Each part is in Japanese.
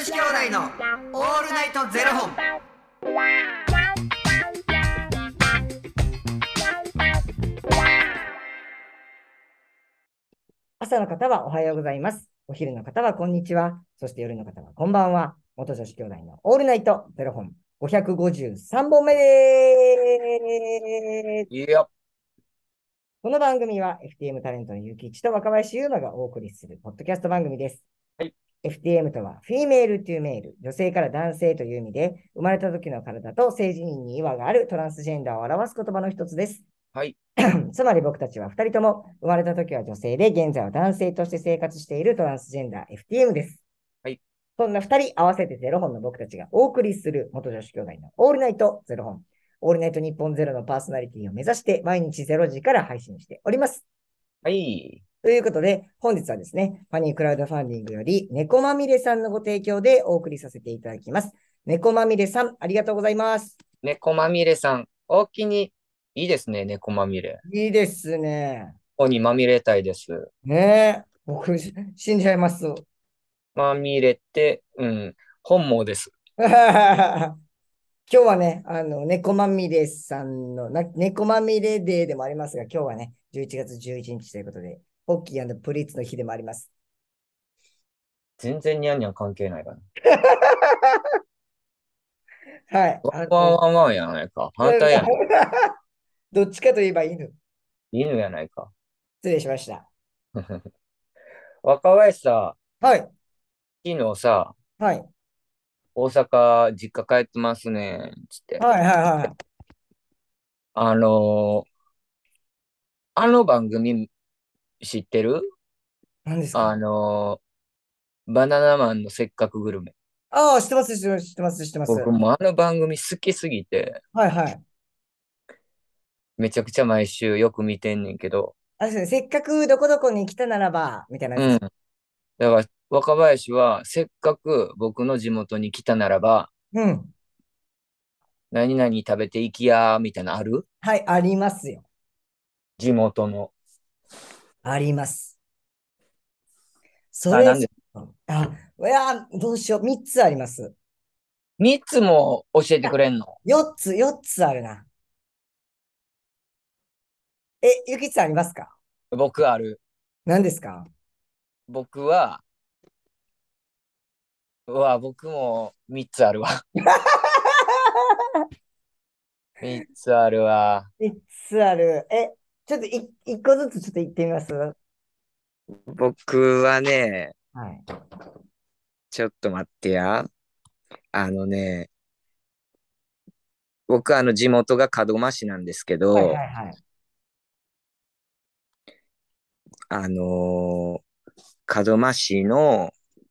子兄弟のオールナイトゼロ本。 朝の方はおはようございます。お昼の方はこんにちは。そして夜の方はこんばんは。元女子兄弟のオールナイトゼロ本553本目です。 いや、 この番組は FTM タレントのゆきちと若林優馬がお送りするポッドキャスト番組です。 はい。 FTM とはフィメールトゥーメール、女性から男性という意味で、生まれた時の体と性自認に違和があるトランスジェンダーを表す言葉の一つです。 はい。 つまり僕たちは2人とも生まれた時は女性で現在は男性として生活しているトランスジェンダー FTM です。 はい。 そんな2人合わせてゼロ本の僕たちがお送りする元女子兄弟のオールナイトゼロ本、オールナイト日本ゼロのパーソナリティを目指して毎日0時から配信しております。 はい。 ということで本日はですね、ファニークラウドファンディングより猫まみれさんのご提供でお送りさせていただきます。猫まみれさん、ありがとうございます。 猫まみれさん、お気にいいですね、猫まみれ。 いいですね。 ここにまみれたいです。 ねえ、僕死んじゃいます。 まみれって、本望です。 今日はね、猫まみれさんの猫まみれデーでもありますが、今日はね、11月11日ということで、ポッキープリッツの日でもあります。 全然ニャンニャン関係ないから。 はい。 ワンワンワンワンやないか。反対やない。 どっちかといえば犬。 犬やないか。 失礼しました。 若林さ、 はい。 昨日さ、 はい。 大阪実家帰ってますね、つって。 はいはいはい。 あのーあの番組知ってる？あ何ですか？ のバナナマンのせっかくグルメ。 ああ、知ってます、知ってます、知ってます、知ってます。 僕もあの番組好きすぎて、 はいはい。 めちゃくちゃ毎週よく見てんねんけど、 あれですね、せっかくどこどこに来たならば、みたいなやつうん。 です。 だから若林はせっかく僕の地元に来たならば、 うん。 何々食べていきや、みたいなのある？ はい、ありますよ。 地元の。 あります。そあ、 れ、 なんで？ いや、どうしよう。3つあります。 3つも教えてくれんの？ 4つあるな。ゆきつさんありますか？ 僕ある。 何ですか？ 僕は、僕も3つあるわ。3つあるわ。 3 つある。ちょっと1個ずつちょっと言ってみます？は僕はね、 い。 ちょっと待ってや。あのね、僕地元が門真市なんですけはいはど、 いはい。 あの門真市の、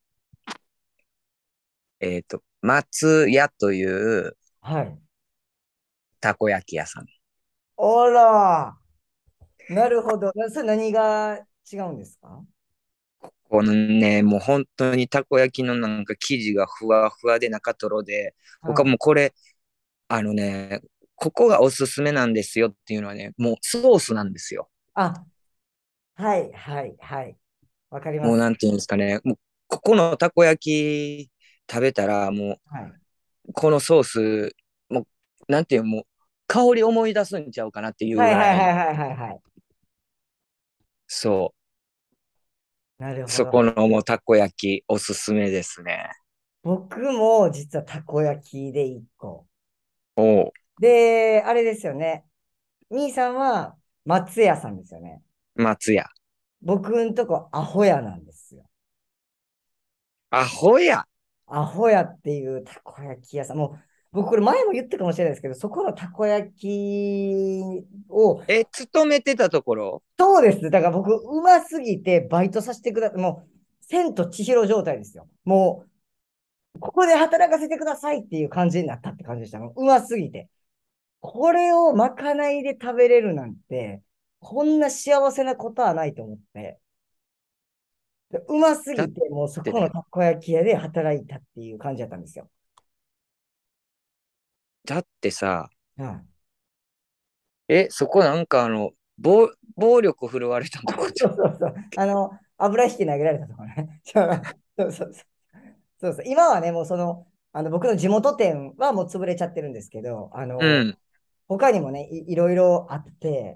松屋というはい。 たこ焼き屋さん。 あら、なるほど。それ何が違うんですか？ このね、もう本当にたこ焼きのなんか生地がふわふわで中とろで、僕ははい。 もうこれ、あのね、ここがおすすめなんですよっていうのはね、もうソースなんですよ。 あ、はいはいはい。わかります。 もうなんていうんですかね、もうここのたこ焼き食べたら、もはい。 うこのソース、もうなんていう、もう香り思い出すんちゃうかなっていうはいぐらい、 はいはいはいはいはい。 そう、 なるほど。 そこのもうたこ焼きおすすめですね。 僕も実はたこ焼きで1個。 おう、 で、あれですよね。兄さんは松屋さんですよね。 松屋。 僕んとこアホ屋なんですよ。 アホや。 アホ屋っていうたこ焼き屋さん。もう、僕これ前も言ったかもしれないですけど、そこのたこ焼きを、 勤めてたところ？ そうです。だから僕、うますぎてバイトさせてください。もう、千と千尋状態ですよ。もう、ここで働かせてくださいっていう感じになったって感じでした。もううますぎて。これをまかないで食べれるなんて、こんな幸せなことはないと思って。でうますだっぎて、もうそこのて、 たこ焼き屋で働いたっていう感じだったんですよ。 だってさ、 はい。 そこなんか暴力振るわれたとこじそうそうそう。油引き投げられたとかね。そうそうそう。 そうそう。今はね、もう僕の地元店はもう潰れちゃってるんですけど、 うん。 他にもね、いろいろあって、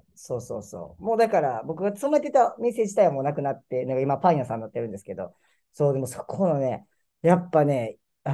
そうそうそう。もうだから、僕が勤めてた店自体はもうなくなって、なんか今パン屋さんになってるんですけど、そう、でもそこのね、やっぱね、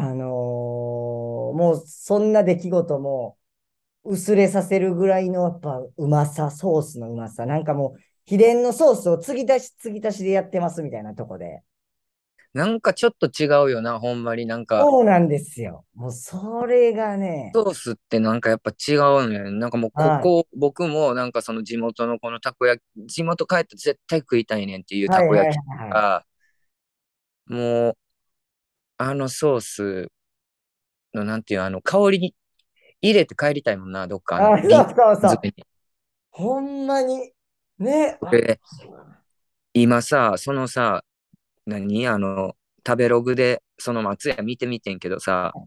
もうそんな出来事も薄れさせるぐらいのやっぱうまさ、ソースのうまさ、なんかもう秘伝のソースを継ぎ足しでやってますみたいなとこで。 なんかちょっと違うよな、ほんまになんか、 そうなんですよ。もうそれがね、 ソースってなんかやっぱ違うね。なんかもうこはい。 こ、僕もなんかその地元のこのたこ焼き、地元帰って絶対食いたいねんっていうはいはいたこ焼きはい。 が、もうあのソースのなんていう香りに入れて帰りたいもんな、どっかあ、そう瓶そうそう。 詰めに。 ほんまに、ね、 俺、今さ、そのさ、食べログでその松屋見てみてんけどさ、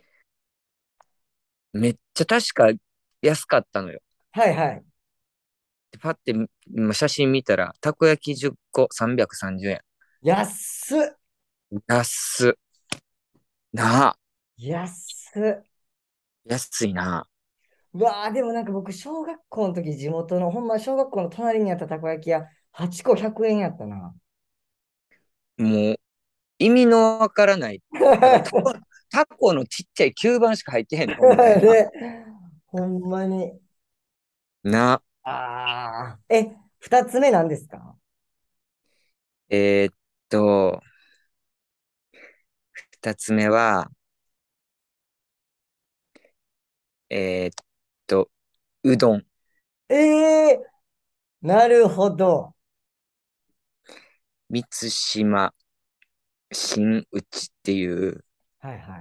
めっちゃ確か安かったのよ。 はいはい。 でパッて今写真見たら、たこ焼き10個330円。 安っ。 安っ。なあ。 安っ。 安いな。 うわあ、でもなんか僕、小学校の時、地元の、ほんま小学校の隣にあったたこ焼き屋、8個100円やったな。 もう、意味のわからない。だからタコのちっちゃい吸盤しか入ってへんのみたいな。 で、ほんまに。 な。 ああ。二つ目なんですか？ えーっと、二つ目は、えーっと、うどん。 ええー、なるほど。 満島新内っていうはいはい。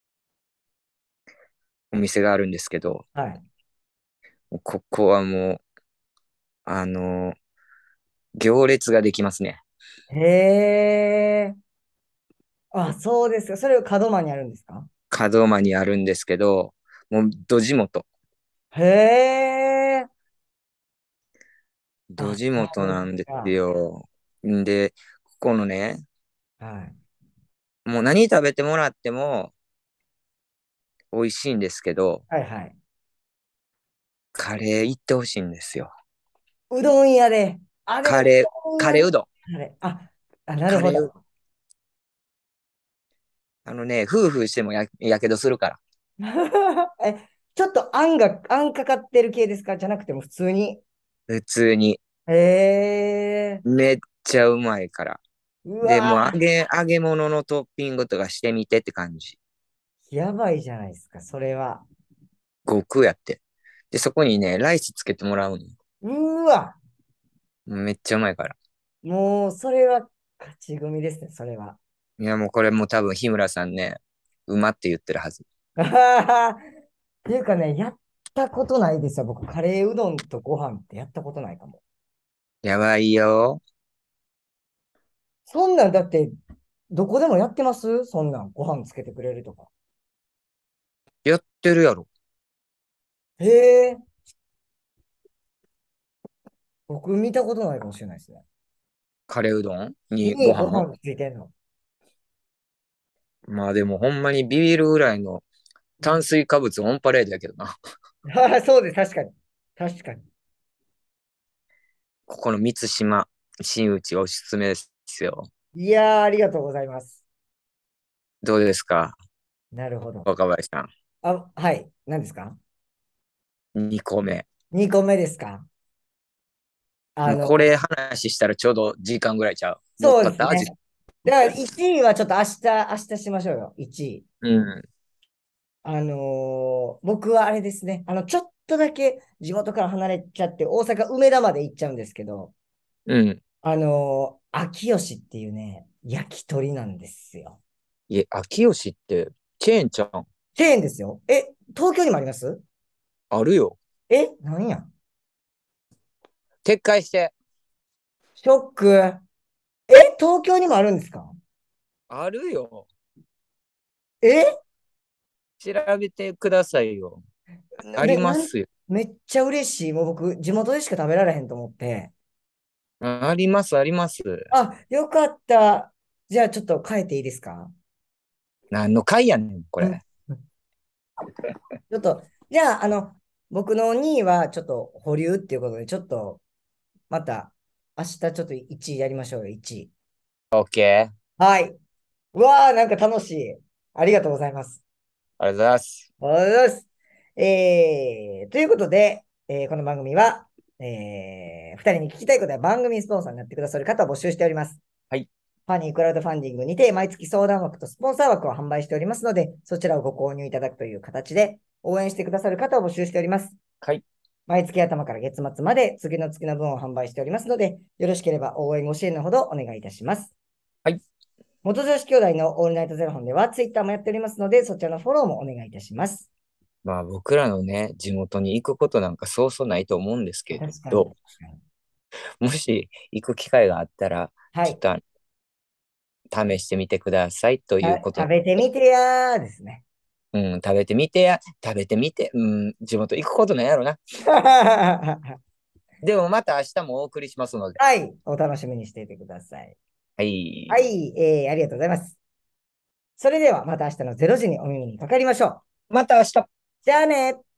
お店があるんですけど、 はい。 ここはもう、あの、行列ができますね。 へえ。あ、そうですか。それを門真にあるんですか？ 門真にあるんですけど、もう、ど地元。 へえ。あ、 ど地元そうでなんですすか。 よ。んで、ここのね、 はい。 もう何食べてもらっても美味しいんですけど、 はいはい。 カレー行ってほしいんですよ。 うどん屋で。あ、でもうカレー、 どん屋で。 カレーうどん。 あれ、なるほど。 カレーうどん。夫婦してもやけどするから。 ちょっとあんかかってる系ですか？じゃなくても普通に。 普通に。 へえ。 めっちゃうまいから。で、 うわもう揚げ物のトッピングとかしてみてって感じ。 ー、やばいじゃないですか、それは。 極やって。で、そこにね、ライスつけてもらうの。 うわ、 めっちゃうまいから。 もう、それは勝ち組ですね、それは。 いや、もうこれもう多分日村さんね、うまって言ってるはず。 っていうかね、やったことないですよ。僕、カレーうどんとご飯ってやったことないかも。 やばいよ。 そんなんだって、どこでもやってますそんなん、ご飯つけてくれるとか。 やってるやろ。 へえ、僕見たことないかもしれないですね。 カレーうどんにご飯。 にご飯ついてんの。 まあでもほんまにビビるぐらいの炭水化物オンパレードやけどな。 そうです、確かに。確かに。 ここの満島真打ちおすすめですよ。 いやー、ありがとうございます。 どうですか、 なるほど。 若林さはい。何ですか？ ん。2個目。 2 個目ですか？あの、 もうこれ話したらちょうど時間ぐらいちゃう。もっそうとあったですね。だから1位はちょっと明日しましょうよ。1位。 うん。 僕はあれですね。ちょっとだけ地元から離れちゃって、大阪梅田まで行っちゃうんですけど、 うん。 秋吉っていうね、焼き鳥なんですよ。 いえ、秋吉ってチェーンちゃんチェーンですよ。東京にもあります？ あるよ。 なんや。 撤回して。 ショック。東京にもあるんですか？ あるよ。 え調べてくださいよ。ありで、 ますよ。 めっちゃ嬉しい。もう僕、地元でしか食べられへんと思って。 あります、あります。 あ、よかった。じゃあちょっと変えていいですか？ 何の回やねん、こうんれ。 ちょっと、じゃあ、僕の2位はちょっと保留っていうことで、ちょっと、また、明日ちょっと1位やりましょうよ、1位。 OK。 はい。うわー、なんか楽しい。ありがとうございます。 ありがとうございます。 ありがとうございます。ということで、この番組は、2人に聞きたいことや番組スポンサーになってくださる方を募集しております。 はい。 ファニークラウドファンディングにて毎月相談枠とスポンサー枠を販売しておりますので、そちらをご購入いただくという形で応援してくださる方を募集しております。 はい。 毎月頭から月末まで次の月の分を販売しておりますので、よろしければ応援ご支援のほどお願いいたします。 はい。 元女子兄弟のオールナイトゼロ本ではツイッターもやっておりますので、そちらのフォローもお願いいたします。 まあ僕らのね、地元に行くことなんかそうそうないと思うんですけ確かに。 ど、もし行く機会があったら、 はい。 ちょっと試してみてくださいということ食べてみてやーですね。 うん、食べてみてや、食べてみて、うん、地元行くことないやろな。 はでもまた明日もお送りしますので。 い。お楽しみにしていてください。 はい。 はい。ありがとうございます。それではまた明日の0時にお耳にかかりましょう。 また明日。 じゃあね